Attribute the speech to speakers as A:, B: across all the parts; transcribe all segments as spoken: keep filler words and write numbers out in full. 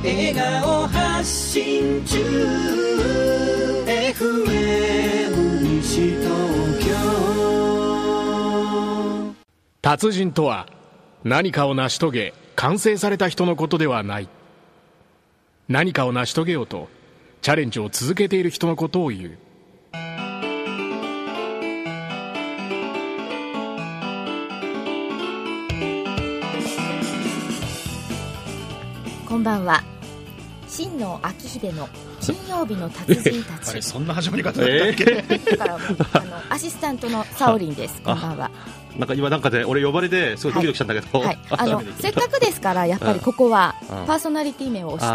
A: 笑顔発信中 エフエム 西東京。
B: 達人とは何かを成し遂げ完成された人のことではない。何かを成し遂げようとチャレンジを続けている人のことを言う。
C: こんばんは。真の秋秀の金曜日の達人たち
D: あれそんな始まり方だったっけ、え
C: ー、だからもうあのアシスタントのサオリンです。こんばんは。
D: なんか今なんかで俺呼ばれてすごいドキドキしたんだけど、
C: はいはい、あのせっかくですからやっぱりここはパーソナリティ名を押して、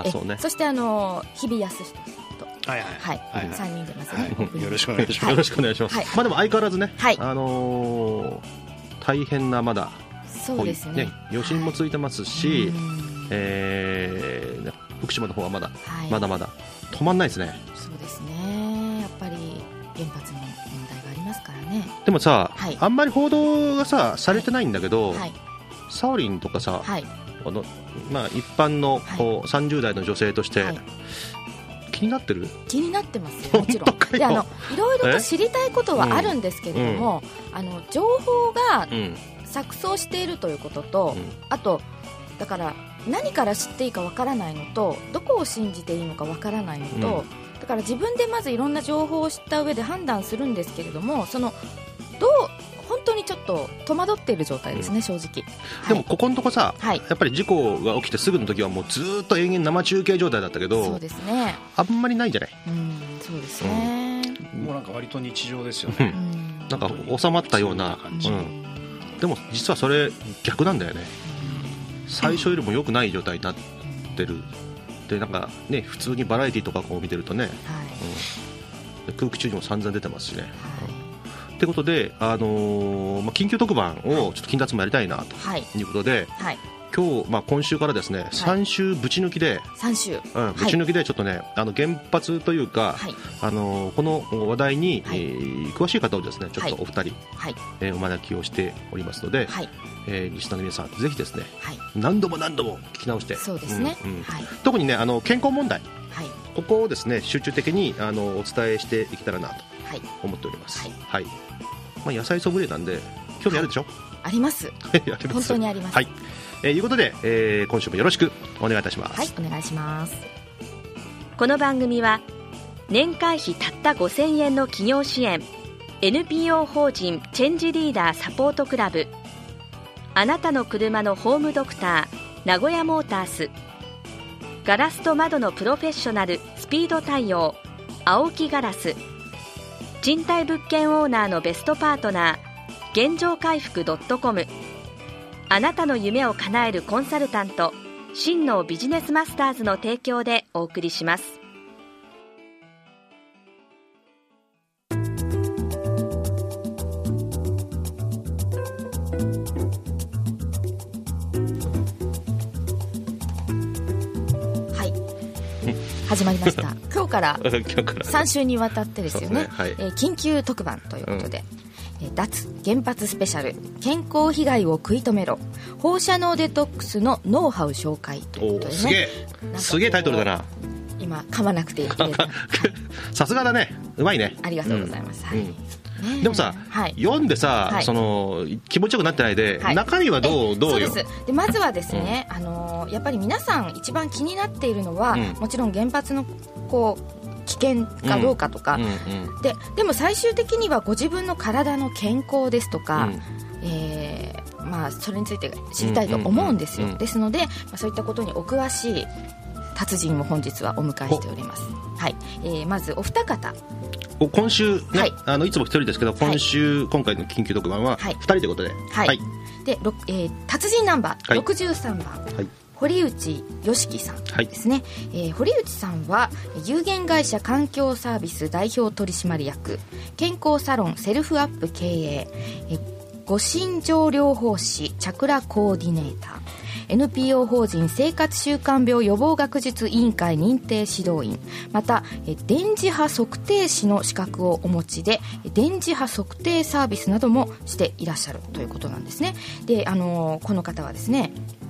D: そうね、
C: そしてあの日比康人と、
D: はいはい
C: はいはい、さんにん出ますね、
D: はい、よろしくお願いします、はい、よろしくお願いします、はい、まあでも相変わらずね、はい、あのー、大変なまだ
C: そうですね、
D: 余震もついてますし、はい、えー、福島の方はまだ、はい、まだまだ止まんないですね。
C: そうですね、やっぱり原発の問題がありますからね。
D: でもさ、はい、あんまり報道がさされてないんだけど、はい、サオリンとかさ、はい、あのまあ、一般のこう、はい、さんじゅう代の女性として、はい、気になってる？気になってますよ、もちろん。で、あのいろいろと知りたいことはあるんですけれども、うん、あの情報が錯綜しているということと、うん、あとだから何から知っていいかわからないのと、どこを信じていいのかわからないのと、うん、だから自分でまずいろんな情報を知った上で判断するんですけれども、そのどう本当にちょっと戸惑っている状態ですね、うん、正直、はい、 でもここのとこさ、はい、やっぱり事故が起きてすぐの時はもうずっと延々生中継状態だったけど、
C: そうですね、
D: あんまりないんじゃない？
C: うん、そうですね、
E: うん、もうなんか割と日常ですよね、
D: うん、なんか収まったような感じ、うん、でも実はそれ逆なんだよね。最初よりも良くない状態になってる。でなんかね、普通にバラエティとかこう見てるとね、はい、うん、空気中にも散々出てますしね、はい、うん、ってことで、あのーまあ、緊急特番をちょっと金達もやりたいなということで、はいはい、今日、まあ、今週からですね、はい、さん週ぶち抜きで
C: さん週、
D: うん、ぶち抜きでちょっとね、あの原発というか、はい、あのこの話題に、はい、えー、詳しい方をですねちょっとお二人、はい、えー、お招きをしておりますので、はい、えー、リスナーの皆さんぜひですね、はい、何度も何度も聞き直して、
C: そうですね、
D: うんうん、
C: はい、
D: 特にね、あの健康問題、はい、ここをですね集中的にあのお伝えしていけたらなと思っております、はいはい、まあ、野菜ソムリエなんで興味あるでしょ、はい、
C: あります本当にあります、
D: はい、えー、いうことで、えー、今週もよろしくお願いいたします。
C: はい、お願いします。
F: この番組は年会費たったごせんえんの企業支援 エヌピーオー 法人チェンジリーダーサポートクラブ、あなたの車のホームドクター名古屋モータース、ガラスと窓のプロフェッショナルスピード対応青木ガラス、賃貸物件オーナーのベストパートナー現状回復 .com、 あなたの夢を叶えるコンサルタント真のビジネスマスターズの提供でお送りします。
C: 始まりました今日からさん週にわたってですよね、はい、えー、緊急特番ということで、うん、えー、脱原発スペシャル健康被害を食い止めろ放射能デトックスのノウハウ紹介ということでね、
D: すげえすげえタイトルだな。
C: 今噛まなくていい
D: さすがだね、うまいね、
C: ありがとうございます、うん、はい、
D: でもさ、はい、読んでさ、はい、その気持ちよくなってないで、はい、中身はどう、どうよ。
C: そうです。でまずはですね、うん、あのやっぱり皆さん一番気になっているのは、うん、もちろん原発のこう危険かどうかとか、うんうんうん、で, でも最終的にはご自分の体の健康ですとか、うん、えーまあ、それについて知りたいと思うんですよ、うんうんうん、ですので、まあ、そういったことにお詳しい達人を本日はお迎えしております、はい、えー、まずお二方、
D: 今週、ね、はい、あのいつも一人ですけど今週、はい、今回の緊急特番はふたりということで、
C: はいはい、で、えー、達人ナンバー、はい、ろくじゅうさんばん、はい、堀内良樹さんですね、はい、えー、堀内さんは有限会社環境サービス代表取締役、健康サロンセルフアップ経営、えー、護身浄療法士チャクラコーディネーター、エヌピーオー 法人生活習慣病予防学術委員会認定指導員、また電磁波測定士の資格をお持ちで電磁波測定サービスなどもしていらっしゃるということなんですね。で、あのー、この方はですね、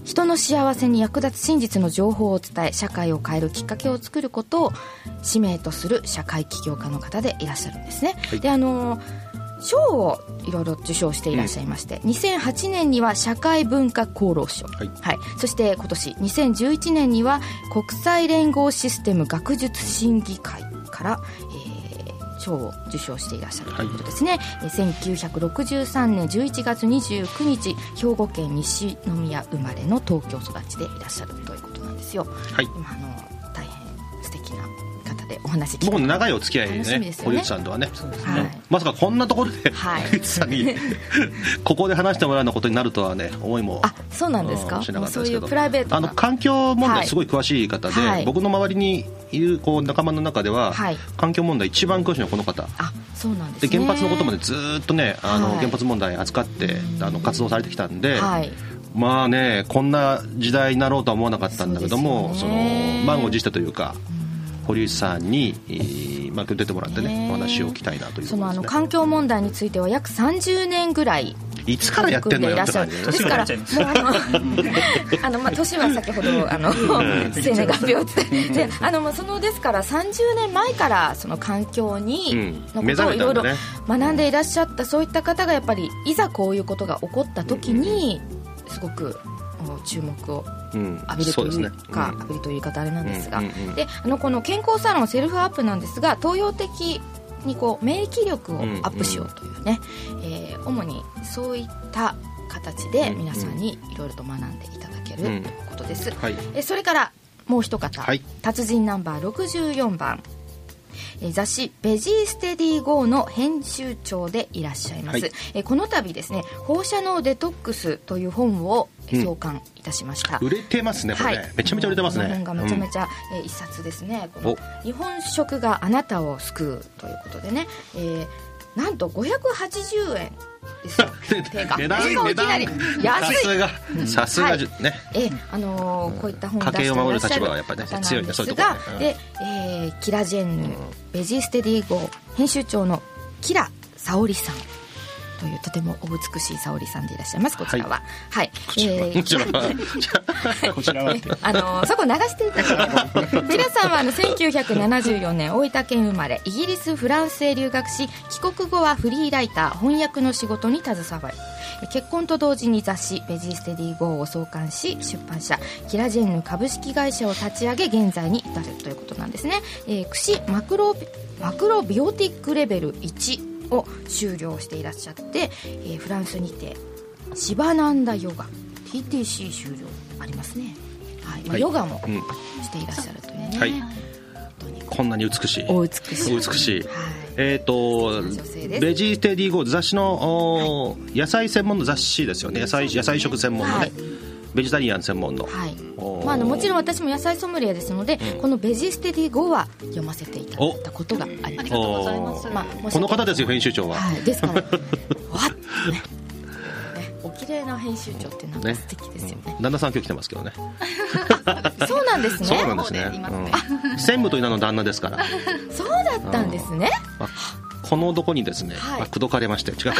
C: 人の幸せに役立つ真実の情報を伝え社会を変えるきっかけを作ることを使命とする社会起業家の方でいらっしゃるんですね、はい、であの賞をいろいろ受賞していらっしゃいまして、うん、にせんはちねんには社会文化功労賞、はいはい、そして今年にせんじゅういちねんには国際連合システム学術審議会から、えー、賞を受賞していらっしゃるということですね、はい、せんきゅうひゃくろくじゅうさんねんじゅういちがつにじゅうくにち兵庫県西宮生まれの東京育ちでいらっしゃるということなんですよ、はい、今あの大変素敵な方でお話聞きたい。
D: 僕も長いお付き合いでね、堀内さんとはね、はい、まさかこんなところで、はい、堀内さんにここで話してもらうようなことになるとはね思いも
C: あそうなんですか、
D: しなかったですけど、
C: そういうプライベートな
D: あの環境問題すごい詳しい方で、はい、僕の周りにいるこう仲間の中では、はい、環境問題一番詳しいのはこの方。
C: あそうなんですね。
D: で原発のことまでずっとねあの、はい、原発問題扱ってあの活動されてきたんで、はい、まあねこんな時代になろうとは思わなかったんだけども そ,、ね、その満を持してというか堀内さんに、えーまあ、今日出てもらってねお話を聞きたいなということですね。
C: そのあの環境問題については約さんじゅうねんぐらい
D: いつからやってんのよって感じ
C: ですからもうあのあの、まあ、年は先ほどあの生年月日を伝えてあの、まあ、そのですからさんじゅうねんまえからその環境にのことをいろいろ学んでいらっしゃった、そういった方がやっぱりいざこういうことが起こった時にすごく注目を浴びるというか、浴びるという言い方あれなんですが、であのこの健康サロンセルフアップなんですが東洋的にこう免疫力をアップしようというね、うんうんえー、主にそういった形で皆さんにいろいろと学んでいただけるということです、うんはい、えそれからもう一方、はい、達人ナンバーろくじゅうよんばんえ雑誌ベジーステディ ゴー の編集長でいらっしゃいます、はい、えこの度ですね放射能デトックスという本を創刊いたしました、
D: うん、売れてますねこれね、はい、めちゃめちゃ売れてますね。
C: この本がめちゃめちゃ、うんえー、一冊ですね。この日本食があなたを救うということでね、えー、なんとごひゃくはちじゅうえんですよ定価
D: 値段値段
C: 安い
D: さすがさすがね、
C: はいえあのー、こういった本を出していらっしゃる方なんですが、で、えー、キラジェンヌ、うん、ベジステディ ゴー 編集長のキラ沙織さんというとてもお美しい沙織さんでいらっしゃいます。こちらははい、
D: こちらはこちらは
C: あのそこ流していただければキラさんはあのせんきゅうひゃくななじゅうよねん大分県生まれ、イギリスフランスへ留学し帰国後はフリーライター翻訳の仕事に携わり結婚と同時に雑誌ベジーステディ ゴー を創刊し出版社キラジェンヌ株式会社を立ち上げ現在に至るということなんですね。えー、串マクロマクロビオティックレベルいちを修了していらっしゃって、えー、フランスにてシバナンダヨガ ティーティーシー 修了ありますね、はいまあはい、ヨガもしていらっしゃるというね、はい、
D: こんなに美しい
C: お美しい
D: お美しい、はいえー、とベジステディ ゴー 雑誌の、はい、野菜専門の雑誌ですよね。野菜、野菜食専門のね、はいベジタリアン専門の、はい
C: まあ、あのもちろん私も野菜ソムリエですので、うん、このベジステディ ゴー は読ませていただいたことがあります。ありがとうございます、まあ、
D: この方ですよ編集長は、
C: はい、ですからわっ、ねね、お綺麗な編集長ってなんか素敵ですよね、ね
D: うん、旦那さん今日来てますけどね
C: そうなんですね。
D: そうなんですね、うん、専務と稲の旦那ですから
C: そうだったんですね、
D: まあ、この男にですね、はいまあ、口説かれまして違う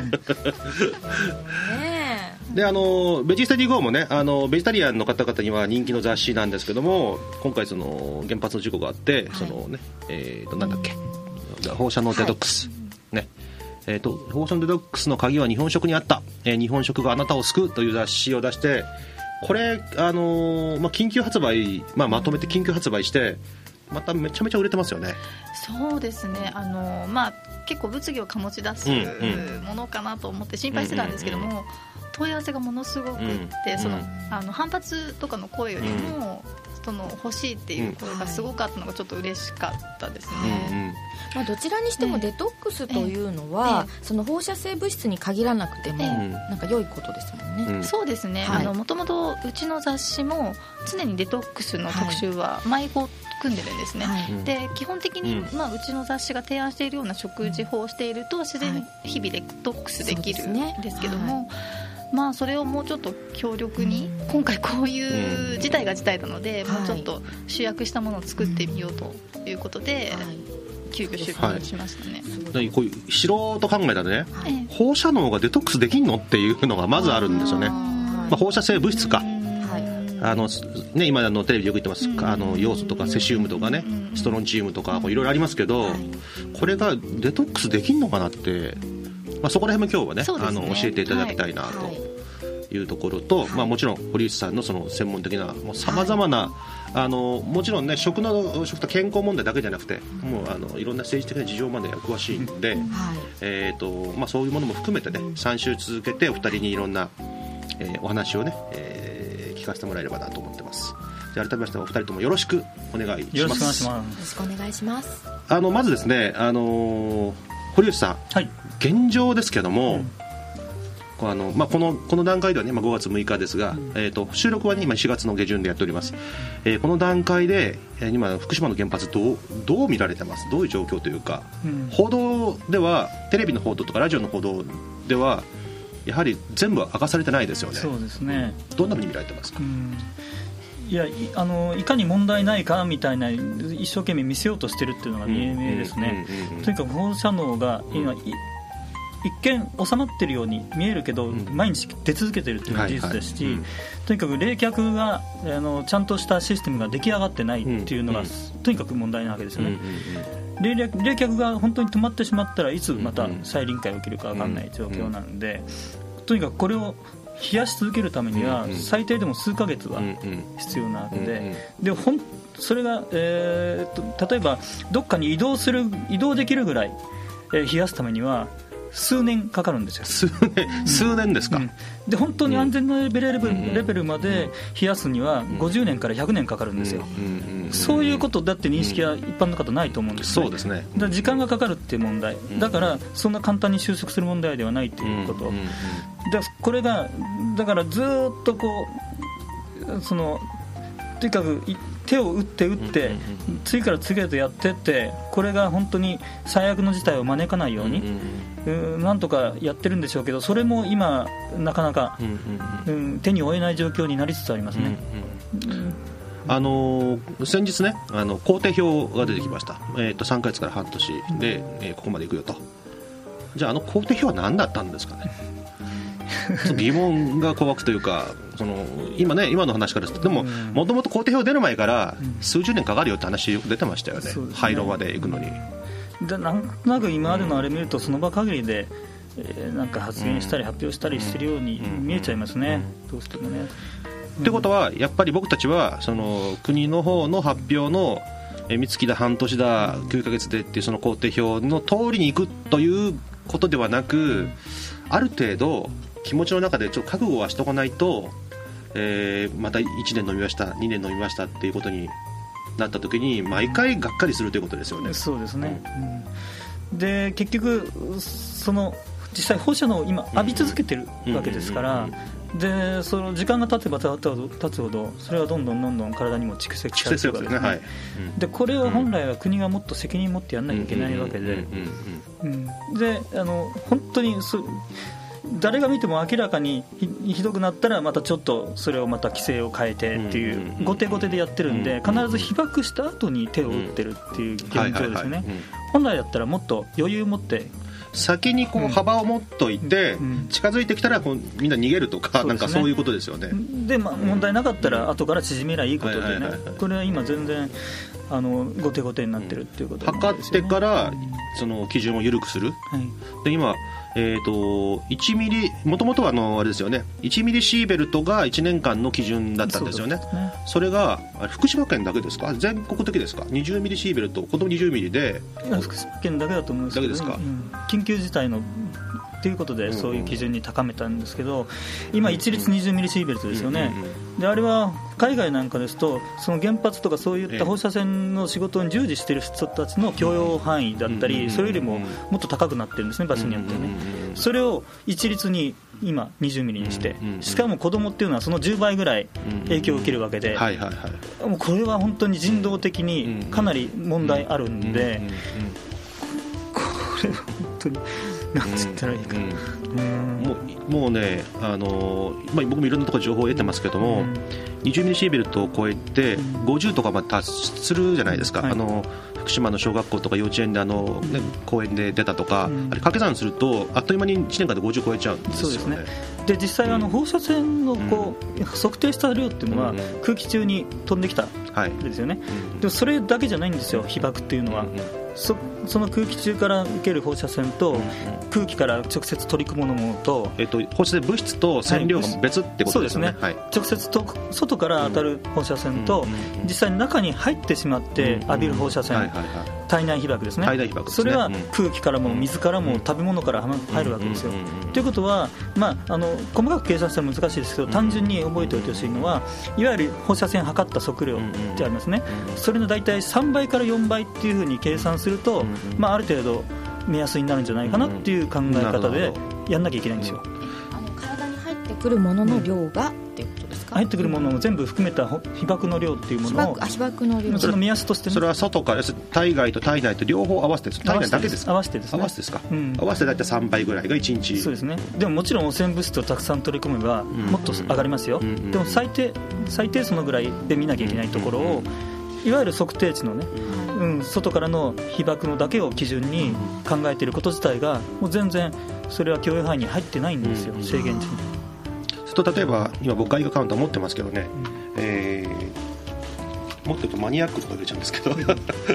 D: ねであのベジステディ ゴー もねあのベジタリアンの方々には人気の雑誌なんですけども今回その原発の事故があって、はいそのねえー、となんだっけ放射能デトックス、はいねえー、と放射能デトックスの鍵は日本食にあった、えー、日本食があなたを救うという雑誌を出してこれ、あのーまあ、緊急発売、まあ、まとめて緊急発売してまためちゃめちゃ売れてますよね。
G: そうですねあのーまあ、結構物議を醸し出すものかなと思って心配してたんですけども、うんうんうん問い合わせがものすごくって、うん、そのあの反発とかの声よりも、うん、その欲しいっていう声がすごくあったのがちょっと嬉しかったですね、うんうん
C: まあ、どちらにしてもデトックスというのは、ええ、その放射性物質に限らなくても、ええ、なんか良いことですもんね、
G: うん、そうですねもともとうちの雑誌も常にデトックスの特集は毎号組んでるんですね、はい、で基本的に、うんまあ、うちの雑誌が提案しているような食事法をしていると自然に日々デトックスできるんですけども、はいまあ、それをもうちょっと強力に今回こういう事態が事態なので、うん、もうちょっと集約したものを作ってみようということで、はい、急遽出版しましたね、
D: はい、こういう素人考えたらね、はい、放射能がデトックスできんのっていうのがまずあるんですよね、まあ、放射性物質かあのね、今あのテレビでよく言ってます、うん、あの要素とかセシウムとかね、うん、ストロンチウムとかいろいろありますけど、はい、これがデトックスできるのかなって、まあ、そこら辺も今日は ね, ねあの教えていただきたいなというところと、はいまあ、もちろん堀内さんのその専門的なさまざまな、はいあのもちろんね食の食と健康問題だけじゃなくてもうあのいろんな政治的な事情まで詳しいんで、はいえーとまあ、そういうものも含めてねさん週続けてお二人にいろんな、えー、お話をね、えー、聞かせてもらえればなと思ってます。じゃあ改めましてお二人ともよろしくお願いします。
C: よろしくお願いします。よろしくお願いします。
D: あのまずですね、あのー、堀内さん、はい、現状ですけども、うんあのまあ、この、この段階では、ねまあ、ごがつむいかですが、うんえー、と収録は、ね、今しがつの下旬でやっております、えー、この段階で、えー、今福島の原発どう、どう見られてます、どういう状況というか、うん、報道ではテレビの報道とかラジオの報道ではやはり全部は明かされてないですよね。
H: そうですね。
D: どんなふうに見られてますか。
H: うんいや い, あのいかに問題ないかみたいな一生懸命見せようとしてるっていうのが見え見えですね。とにかく放射能が今、うん一見収まってるように見えるけど、うん、毎日出続けてるっていうのが事実ですし、はいはいうん、とにかく冷却があのちゃんとしたシステムが出来上がってないっていうのが、うん、とにかく問題なわけですよね、うん、冷却、冷却が本当に止まってしまったらいつまた再臨界が起きるか分からない状況なので、うん、とにかくこれを冷やし続けるためには最低でも数ヶ月は必要なわけで、でほんそれが、えー、と例えばどっかに移動する移動できるぐらい、えー、冷やすためには数年かかるんですよ。
D: 数年、数年ですか、うん、
H: で本当に安全なレベル、うん、レベルまで冷やすにはごじゅうねんからひゃくねんかかるんですよ、うんうん、そういうことだって認識は一般の方ないと思うんですね、
D: そうですね。
H: だから時間がかかるっていう問題だからそんな簡単に収束する問題ではないということ、うんうんうん、だこれがだからずっとこうそのとにかく手を打って打って次から次へとやってってこれが本当に最悪の事態を招かないようにうんなんとかやってるんでしょうけど、それも今なかなかうん手に負えない状況になりつつありますね。
D: うんうんあのー、先日ねあの工程表が出てきました、えー、とさんかげつから半年で、えー、ここまでいくよと。じゃああの工程表は何だったんですかね疑問が怖くというかその 今, ね今の話からするとでももともと工程表出る前から数十年かかるよって話よく出てましたよね、うん、廃炉まで行くのに。
H: でなんとなく今までのあれ見るとその場限りで、えー、なんか発言したり発表したりしてるように見えちゃいますね、うん、どうしてもね。
D: ってことはやっぱり僕たちはその国の方の発表の三月だ半年だきゅうかげつでっていうその工程表の通りに行くということではなくある程度気持ちの中でちょっと覚悟はしとかないと、えー、またいちねん飲みましたにねん飲みましたっていうことになった時に毎回がっかりするということですよね。
H: そうですね、うん、で結局その実際放射能を今浴び続けてるわけですから、でその時間が経てば経つほどそれはどんどんどんどん体にも蓄積されていくわけですね。でこれを本来は国がもっと責任を持ってやらなきゃいけないわけで、であの本当にそ誰が見ても明らかに ひ, ひどくなったらまたちょっとそれをまた規制を変えてっていう後手後手でやってるんで、必ず被爆した後に手を打ってるっていう現状ですよね。本来だったらもっと余裕を持って
D: 先にこう幅を持っといて、うん、近づいてきたらこうみんな逃げるとか、なんかそういうことですよね。
H: で、まあ、問題なかったら後から縮めりゃいいことでね、これは今全然あの後手後手になってるっていうことなんですよね。
D: 測ってからその基準を緩くする、はい、で今えー、といちミリもともとはあのあれですよね、いちミリシーベルトがいちねんかんの基準だったんですよ ね, そ, ねそれが福島県だけですか、全国的ですか。にじゅうミリシーベルト、このにじゅうミリで
H: 福島県だけだと思うんですけど、
D: だけですか、
H: うん、緊急事態のということでそういう基準に高めたんですけど、今一律にじゅうミリシーベルトですよね。であれは海外なんかですとその原発とかそういった放射線の仕事に従事している人たちの許容範囲だったり、それよりももっと高くなってるんですね、場所によってね。それを一律に今にじゅうミリにして、しかも子供っていうのはそのじゅうばいぐらい影響を受けるわけで、もうこれは本当に人道的にかなり問題あるんで、これは本当になんつったらいいか、
D: うんうん、もう、もうね、あのーまあ、僕もいろんなところ情報を得てますけども、うん、にじゅうミリシーベルトを超えてごじゅうとかまで達するじゃないですか、はい、あの福島の小学校とか幼稚園であの、ね、公園で出たとか、うん、あれ掛け算するとあっという間にいちねんかんでごじゅう超えちゃうんですよね。
H: そうですね。で実際あの放射線のこう、うん、測定した量っていうのは空気中に飛んできたんですよね、はい、でもそれだけじゃないんですよ、被曝っていうのは、うんうん、そ, その空気中から受ける放射線と、うんうん、空気から直接取り込むものと、
D: えー、と放射線物質と線量が別ってことですよね、
H: はい、そうですね、はい、直接と外から当たる放射線と、うんうんうん、実際に中に入ってしまって浴びる放射線、うんうんはいはいはい、体内被曝ですね。
D: 体内被曝ですね。
H: それは空気からも水からも食べ物から入るわけですよ、うんうんうんうん、ということは、まあ、あの細かく計算したら難しいですけど、単純に覚えておいてほしいのは、いわゆる放射線測った測量ってありますね、それの大体さんばいからよんばいっていうふうに計算すると、まあ、ある程度目安になるんじゃないかなっていう考え方でやんなきゃいけないんですよ。
C: あの体に入ってくるものの量がっていうことですか？
H: 入ってくるものを全部含めた被曝の量っていうものを、
C: 被曝の量、
H: それの目安として、ね、
D: それは外から体外と体内と両方合わせて、体内だけですか？
H: 合わせてですね。
D: 合わせてですか、うん、合わせてだいたいさんばいぐらいがいちにち。
H: そうですね。でももちろん汚染物質をたくさん取り込めばもっと上がりますよ、うんうん、でも最低最低そのぐらいで見なきゃいけないところを、いわゆる測定値のね、うん、外からの被曝のだけを基準に考えていること自体がもう全然それは許容範囲に入ってないんですよ、制限値に。
D: と例えば今僕ガイガカウンター持ってますけどね、うん、えー、持ってるとマニアックとか出ちゃうんですけど私持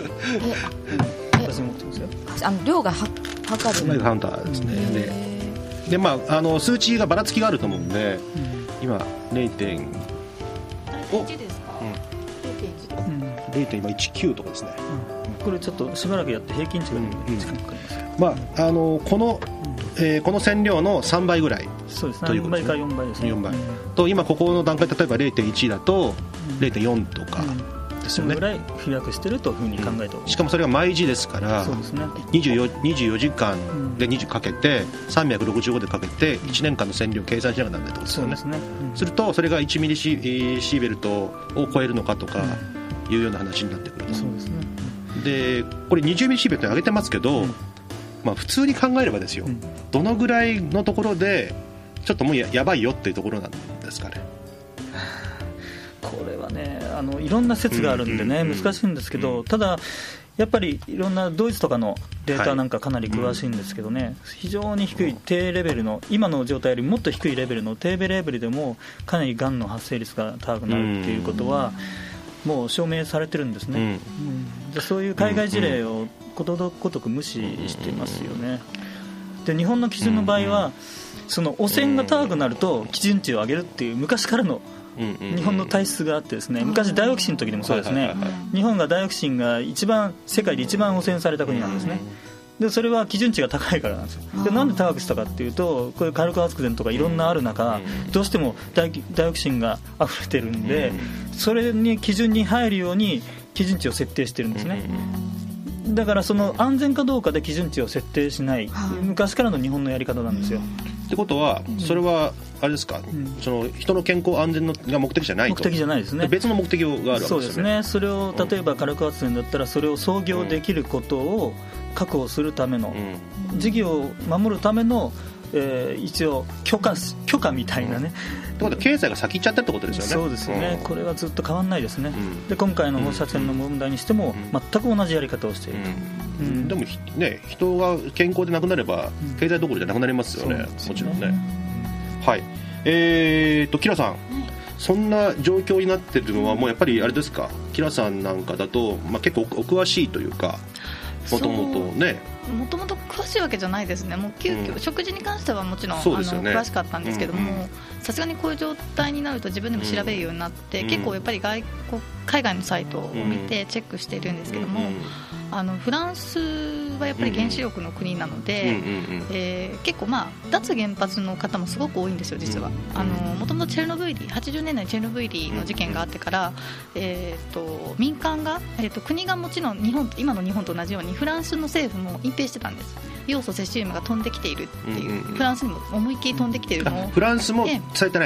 H: ってますよ。
C: あの量がは測る
D: ガイガカウンターですね、うん、で, で、まあ、あの数値がばらつきがあると思うんで、うん、今 ゼロてんいち ですか、うん、ゼロてんいちきゅう とかですね、
H: うん、これちょっとしばらくやって平均値が出る時間かかります、
D: うんうん、まあ、あのこのえー、この線量のさんばいぐらい。
H: そうですね、よんばいからよんばいですね。
D: よんばい、うん、と今ここの段階、例えば ゼロてんいち だと ゼロてんよん とかですよね、
H: そのぐらい被曝してるというふうに考えておく、
D: うん、しかもそれが毎時ですから、
H: そうですね、
D: にじゅうよじかんでにじゅうかけてさんびゃくろくじゅうごでかけていちねんかんの線量を計算しながらなんだってことですよね。
H: そうですね、うん、
D: するとそれがいちミリシーベルトを超えるのかとかいうような話になってくると、
H: そうですね、
D: でこれにじゅうミリシーベルトに上げてますけど、うん、まあ、普通に考えればですよ、うん、どのぐらいのところでちょっともう や, やばいよっていうところなんですかね。
H: これはね、あのいろんな説があるんでね、うんうんうん、難しいんですけど、うん、ただやっぱりいろんなドイツとかのデータなんかかなり詳しいんですけどね、はい、非常に低い低レベルの、今の状態よりもっと低いレベルの低レベルでもかなりがんの発生率が高くなるっていうことはもう証明されてるんですね、うんうん、でそういう海外事例をことごとく無視していますよね。で日本の基準の場合はその汚染が高くなると基準値を上げるっていう昔からの日本の体質があってですね、昔ダイオキシンの時でもそうですね、日本がダイオキシンが一番世界で一番汚染された国なんですね。でそれは基準値が高いからなんですよ。でなんで高くしたかっていうと、こういう火力発電とかいろんなある中、どうしてもダイオキシンが溢れてるんで、それに基準に入るように基準値を設定してるんですね。だからその安全かどうかで基準値を設定しない、昔からの日本のやり方なんですよ。
D: ってことはそれはあれですか、うん、その人の健康安全のが目的じゃないと。
H: 目的じゃないですね。
D: 別の目的があるわけですよね。
H: そうですね。それを例えば火力発電だったらそれを操業できることを確保するための、うん、事業を守るための、えー、一応許可許可みたいなね、
D: うん、ってことは経済が先行っちゃったってことですよね。
H: そうですね、うん、これはずっと変わらないですね、うん、で今回の放射線の問題にしても全く同じやり方をしていると、
D: うんうん、でも、ね、人が健康でなくなれば経済どころじゃなくなりますよね、うん、もちろんね、うん、はい。えーとキラさん、はい、そんな状況になってるのはもうやっぱりあれですか、キラさんなんかだと、まあ、結構お詳しいというか、もともとね、
G: もともと詳しいわけじゃないですね。もう急遽、うん、食事に関してはもちろん、ね、あの詳しかったんですけども、さすがにこういう状態になると自分でも調べるようになって、うん、結構やっぱり外国海外のサイトを見てチェックしているんですけども、うん、あのフランスはやっぱり原子力の国なので、えー、結構、まあ、脱原発の方もすごく多いんですよ実は。もともとチェルノブイリはちじゅうねんだいチェルノブイリの事件があってから、えー、と民間が、えー、と国がもちろん日本今の日本と同じようにフランスの政府も隠蔽してたんです。要素セシウムが飛んできているっていう、うんうんうん、フランスにも思いっきり飛んできているのを
D: フランスも伝えてないと、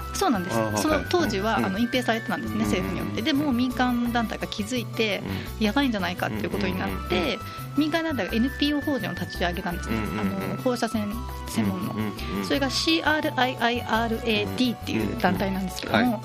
G: そうなんです。その当時は、うん、あの隠蔽されてたんですね、政府によって。でも民間団体が気づいて、うん、やばいんじゃないかっていうことになって、うん、民間団体が エヌピーオー 法人を立ち上げたんですね、うん、あの放射線専門の、うん、それが シーアールアイアイアールエーディー っていう団体なんですけども、うんはい、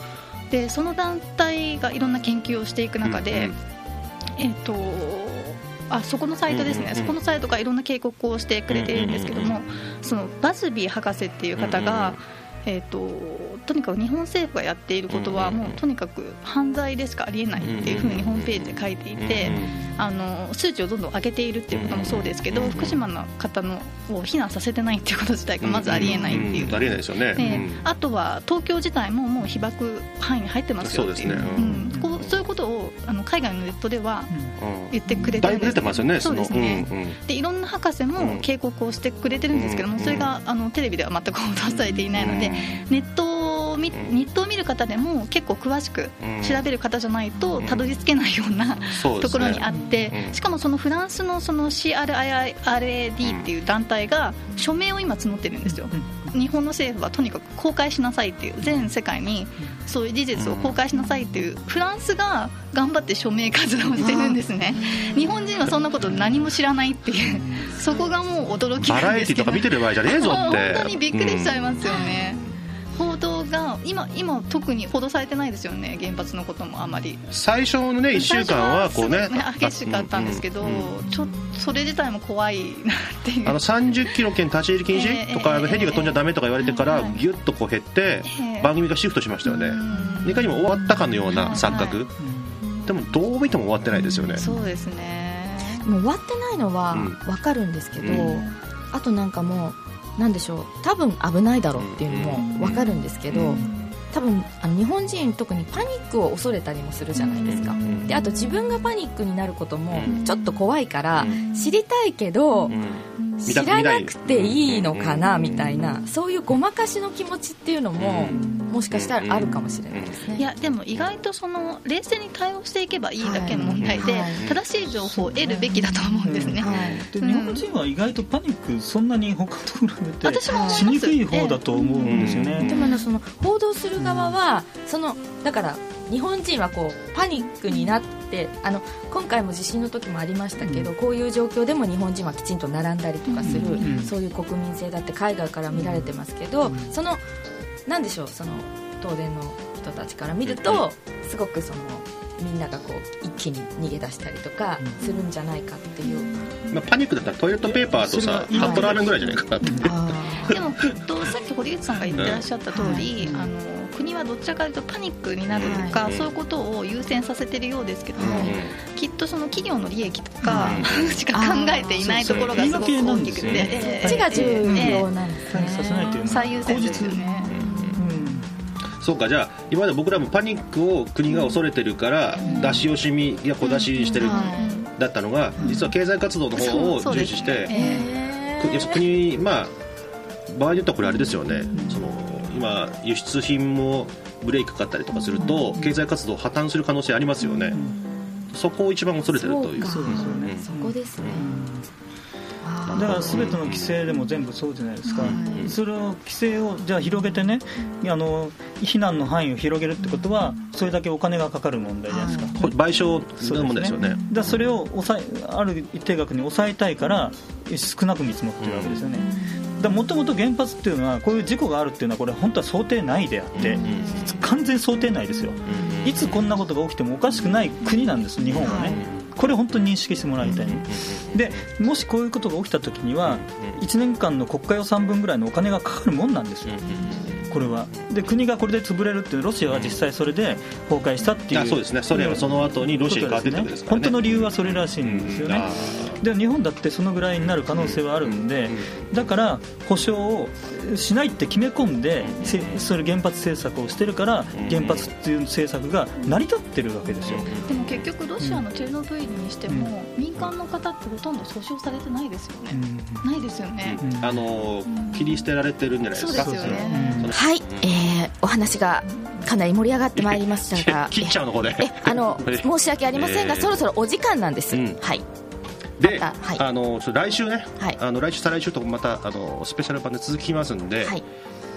G: でその団体がいろんな研究をしていく中で、うん、えっ、ー、とあそこのサイトですね、うんうんうん、そこのサイトがいろんな警告をしてくれているんですけども、そのバズビー博士っていう方が、えー、ととにかく日本政府がやっていることはもうとにかく犯罪でしかありえないっていうふうにホームページで書いていて、あの数値をどんどん上げているっていうこともそうですけど、福島の方のを避難させてないっていうこと自体がまずありえないっていう、
D: ありえないですよね、
G: であとは東京自体ももう被爆範囲に入ってますよっていう、そうですね、うん、こうそういうことをあの海外のネットでは言ってくれてるんです、
D: だいぶ出てますよね。
G: そうですね、
D: うんうん、
G: でいろんな博士も警告をしてくれてるんですけども、それがあのテレビでは全く報道されていないので、ネットを見、ネットを見る方でも結構詳しく調べる方じゃないとたどり着けないようなところにあって、しかもそのフランスのその シーアールアイアイアールエーディー っていう団体が署名を今募ってるんですよ。日本の政府はとにかく公開しなさいっていう、全世界にそういう事実を公開しなさいっていう、フランスが頑張って署名活動をしてるんですね。日本人はそんなこと何も知らないっていう、そこがもう驚きなんですけど、バ
D: ラエティとか見てる場合じゃねえぞって
G: 本当にびっくりしちゃいますよね、うん、報道が 今, 今特に報道されてないですよね、原発のこともあまり。
D: 最初のねいっしゅうかんはこうね
G: 激しかったんですけど、うんうん、ちょっとそれ自体も怖いなっていう。
D: あのさんじゅっキロ圏立ち入り禁止とか、えー、ヘリが飛んじゃダメとか言われてからギュッとこう減って、えー、番組がシフトしましたよね、いかにも終わったかのような錯覚、はいはい、でもどう見ても終わってないですよね。
G: そうですね、
C: もう終わってないのは分かるんですけど、うん、あとなんかもうなんでしょう、多分危ないだろうっていうのも分かるんですけど、うん、多分あの日本人特にパニックを恐れたりもするじゃないですか、うん、であと自分がパニックになることもちょっと怖いから知りたいけど、うん知らなくていいのかなみたいな、そういうごまかしの気持ちっていうのももしかしたらあるかもしれないですね。
G: いやでも意外とその冷静に対応していけばいいだけの問題で、はいはい、正しい情報を得るべきだと思うんですね、
H: うんはい、で日本人は意外とパニックそんなに他と比べてしにくい方だと思うんですよね、
C: うん、でも、ね、その報道する側はそのだから日本人はこうパニックになってあの今回も地震の時もありましたけど、うん、こういう状況でも日本人はきちんと並んだりとかする、うん、そういう国民性だって海外から見られてますけど、うん、そのなんでしょう、その東電の人たちから見るとすごくそのみんながこう一気に逃げ出したりとかするんじゃないかっていう、
D: まあ、パニックだったらトイレットペーパーとさカップラーメンぐらいじゃないかなって
G: でもきっとさっき堀内さんが言ってらっしゃった通り、うん、あの国はどちらかというとパニックになるとか、うん、そういうことを優先させているようですけども、うん、きっとその企業の利益とか、うん、しか考えていないところがすごく大きくて、
C: そっちが重要なんですね、
G: 最優先ですよね。
D: そうか、じゃあ今まで僕らもパニックを国が恐れてるから出し惜しみや小出ししてるだったのが、実は経済活動の方を重視して、国、まあ場合によってはこれあれですよね、その今輸出品もブレーキかかったりとかすると経済活動破綻する可能性ありますよね。そこを一番恐れてるという。
C: そうですよね、そこですね。
H: だから全ての規制でも全部そうじゃないですか、はい、それを規制をじゃあ広げてね、あの避難の範囲を広げるってことはそれだけお金がかかる問題じゃないですか、
D: はい、賠償の問題ですよね。だか
H: らそれを抑えある一定額に抑えたいから少なく見積もってるわけですよね。もともと原発っていうのはこういう事故があるっていうのはこれ本当は想定内であって、完全想定内ですよ。いつこんなことが起きてもおかしくない国なんです、日本はね。これ本当に認識してもらいたい。でもしこういうことが起きた時にはいちねんかんの国家予算分ぐらいのお金がかかるもんなんですよ、これは。で国がこれで潰れるっていう、ロシアは実際それで崩壊したっていう。
D: あ、そうですね、それはその後にロシアに変わっていったわけですからね。
H: 本当の理由はそれらしいんですよね。で日本だってそのぐらいになる可能性はあるんで、だから保証をしないって決め込んでそれ原発政策をしてるから原発っていう政策が成り立ってるわけですよ。
G: でも結局ロシアのチェルノブイリにしても、うん、民間の方ってほとんど訴訟されてないですよね、うん、ないですよね、うん、
D: あの切り捨てられてるんじゃないですか。
G: そうですよね、
C: うん、はい、えー、お話がかなり盛り上がってまいりましたが
D: 切っちゃうのこれ
C: えあの申し訳ありませんが、えー、そろそろお時間なんです、うん、はい。
D: で、まはい、あの来週ね、はい、あの来週再来週とまたあのスペシャル版で続きますんで、はい、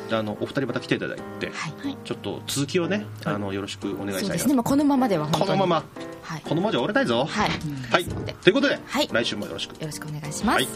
D: あのお二人また来ていただいて、はい、ちょっと続きをね、あのよろしくお願いしたいな。そうですね、
C: まあ、このままでは本当に
D: このまま、はい、このままじゃ終われないぞ。はい、はい、ということで、はい、来週もよろしく
C: よろしくお願いします。はい、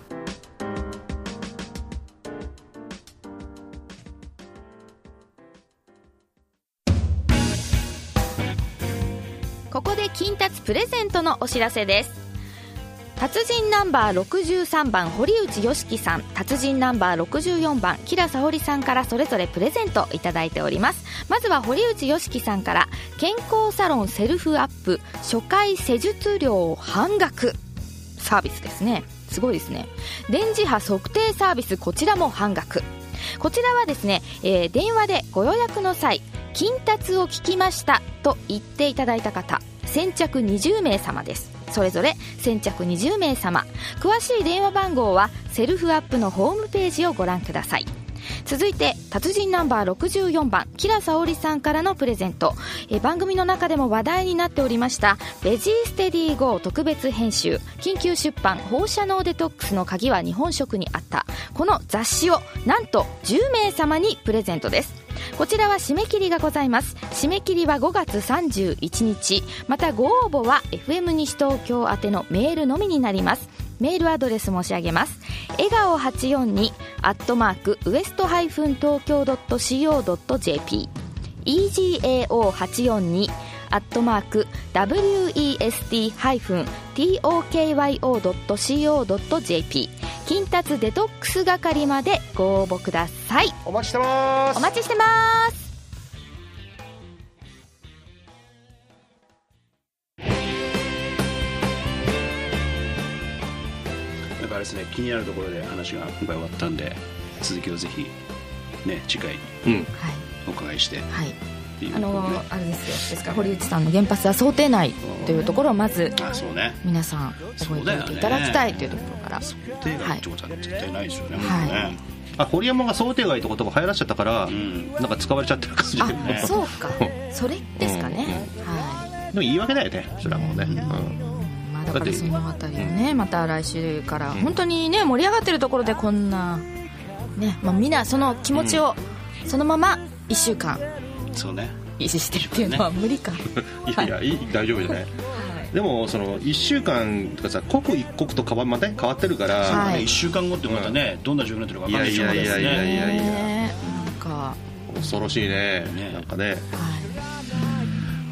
C: ここで金達プレゼントのお知らせです。達人ナンバーろくじゅうさんばん堀内良樹さん、達人ナンバーろくじゅうよんばん吉良沙織さんからそれぞれプレゼントいただいております。まずは堀内良樹さんから、健康サロンセルフアップ初回施術料半額サービスですね。すごいですね。電磁波測定サービス、こちらも半額。こちらはですね、えー、電話でご予約の際、金達を聞きましたと言っていただいた方先着にじゅうめい様です。それぞれ先着にじゅうめい様。詳しい電話番号はセルフアップのホームページをご覧ください。続いて達人ナンバーろくじゅうよんばん吉良沙織さんからのプレゼント。え番組の中でも話題になっておりましたベジーステディ ゴー 特別編集緊急出版放射能デトックスの鍵は日本食にあった、この雑誌をなんとじゅうめい様にプレゼントです。こちらは締め切りがございます。締め切りはごがつさんじゅういちにち。またご応募は エフエム 西東京宛てのメールのみになります。メールアドレス申し上げます。笑顔はちよんにアットマークウエストハイフン東京ドットシーオードットジェーピー イージーエーオーはちよんにアットマーク ダブリューイーエスティーハイフンティーオーケーワイオードットシーオードットジェーピー 金達デトックス係までご応募ください。
D: お待ちしてます。
C: お待ちしてます。
E: だからですね、気になるところで話が今回終わったんで、続きをぜひね次回お伺いして、うん、はい、
C: あのあれですよ、ですから堀内さんの原発は想定内というところをまず皆さん覚えておいていただきたいというところから、
E: 想定外ってことは絶対ないですよね。
C: はい、
E: はい、
D: あ、堀山が想定外って言葉流行らせちゃったから、うん、なんか使われちゃってる感じだよね。
C: あ、そうかそれですかね、
D: うんうん、はい、でも言い訳だよね、それはもうね、うん、
C: まあ、だからそのあたりをね、また来週から本当にね盛り上がってるところでこんなね、まあ、みんなその気持ちをそのままいっしゅうかん
E: そうね
C: 維持してっていうのは無理か。
D: いやいや、はい、大丈夫じゃない。でもそのいっしゅうかんとかさ、刻一刻と変わまた変わってるから、
E: はい、いっしゅうかんごってまたね、うん、どんな状況になってるか分からないでしょうですね。いやいやいやいやいや、
C: なんか
D: 恐ろしいね、なんかね、はい、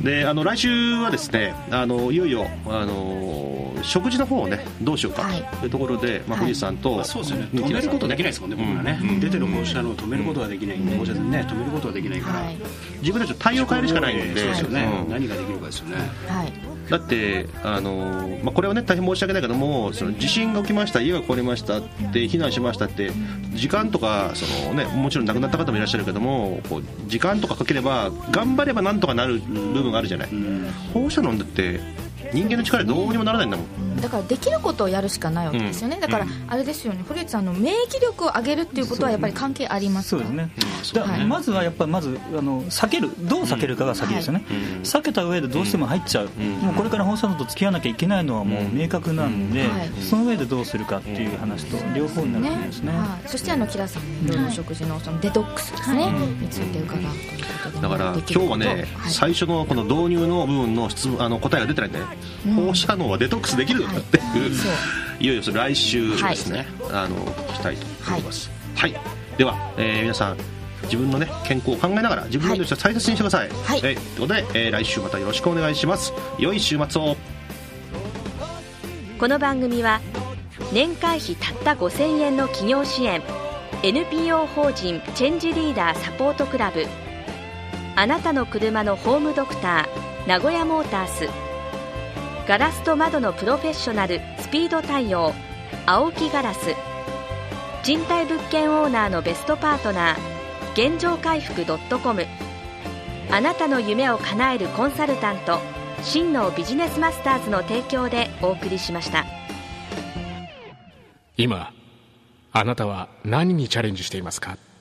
D: であの来週はですね、あのいよいよあの食事の方をねどうしようかというところで、まあ、藤井さんと、はい、まあ、
E: そうですよね、止めることできないですもんね、僕らね、うん、出てる放射能を止めることができないんで、放射線ね止めることができないから、はい、
D: 自分たちの対応を変えるしかないんで、そうですよね、
E: うん、何ができるかですよね。
C: はい、
D: だってあの、まあ、これはね大変申し訳ないけども、その地震が起きました、家が壊れましたって避難しましたって時間とかその、ね、もちろん亡くなった方もいらっしゃるけども、こう時間とかかければ頑張ればなんとかなる部分があるじゃない、うん、放射能だって人間の力でどうにもならないんだもん、
C: うん、だからできることをやるしかないわけですよね、うん、だからあれですよね、堀内さんの免疫力を上げるっていうことはやっぱり関係ありますか。
H: そうですね、うん、だからまずはやっぱりまずあの避ける、どう避けるかが先ですよね、うん、はい、避けた上でどうしても入っちゃう、うん、もうこれから放射能と付き合わなきゃいけないのはもう明確なんで、うん、はい、その上でどうするかっていう話と両方になると思いますね、ね、
C: はい、そしてあのキラさんのいろいろ食事のそのデトックスですね、はい、について伺うということで、
D: だから今日はね、はい、最初のこの導入の部分の質問、あの答えが出てないんで、ね、うん、放射能はデトックスできるのかっていう、はい、いよいよそれ来週ですね、はい、あの聞きたいと思います、はい、はい、では、えー、皆さん自分の、ね、健康を考えながら自分の命を大切にしてください、はい、えー、ということで、えー、来週またよろしくお願いします。良い週末を。
F: この番組は年会費たったごせんえんの企業支援 エヌピーオー 法人チェンジリーダーサポートクラブ、あなたの車のホームドクター名古屋モータース、ガラスと窓のプロフェッショナルスピード対応青木ガラス、賃貸物件オーナーのベストパートナー現状回復 .com、 あなたの夢を叶えるコンサルタント真のビジネスマスターズの提供でお送りしました。
B: 今あなたは何にチャレンジしていますか？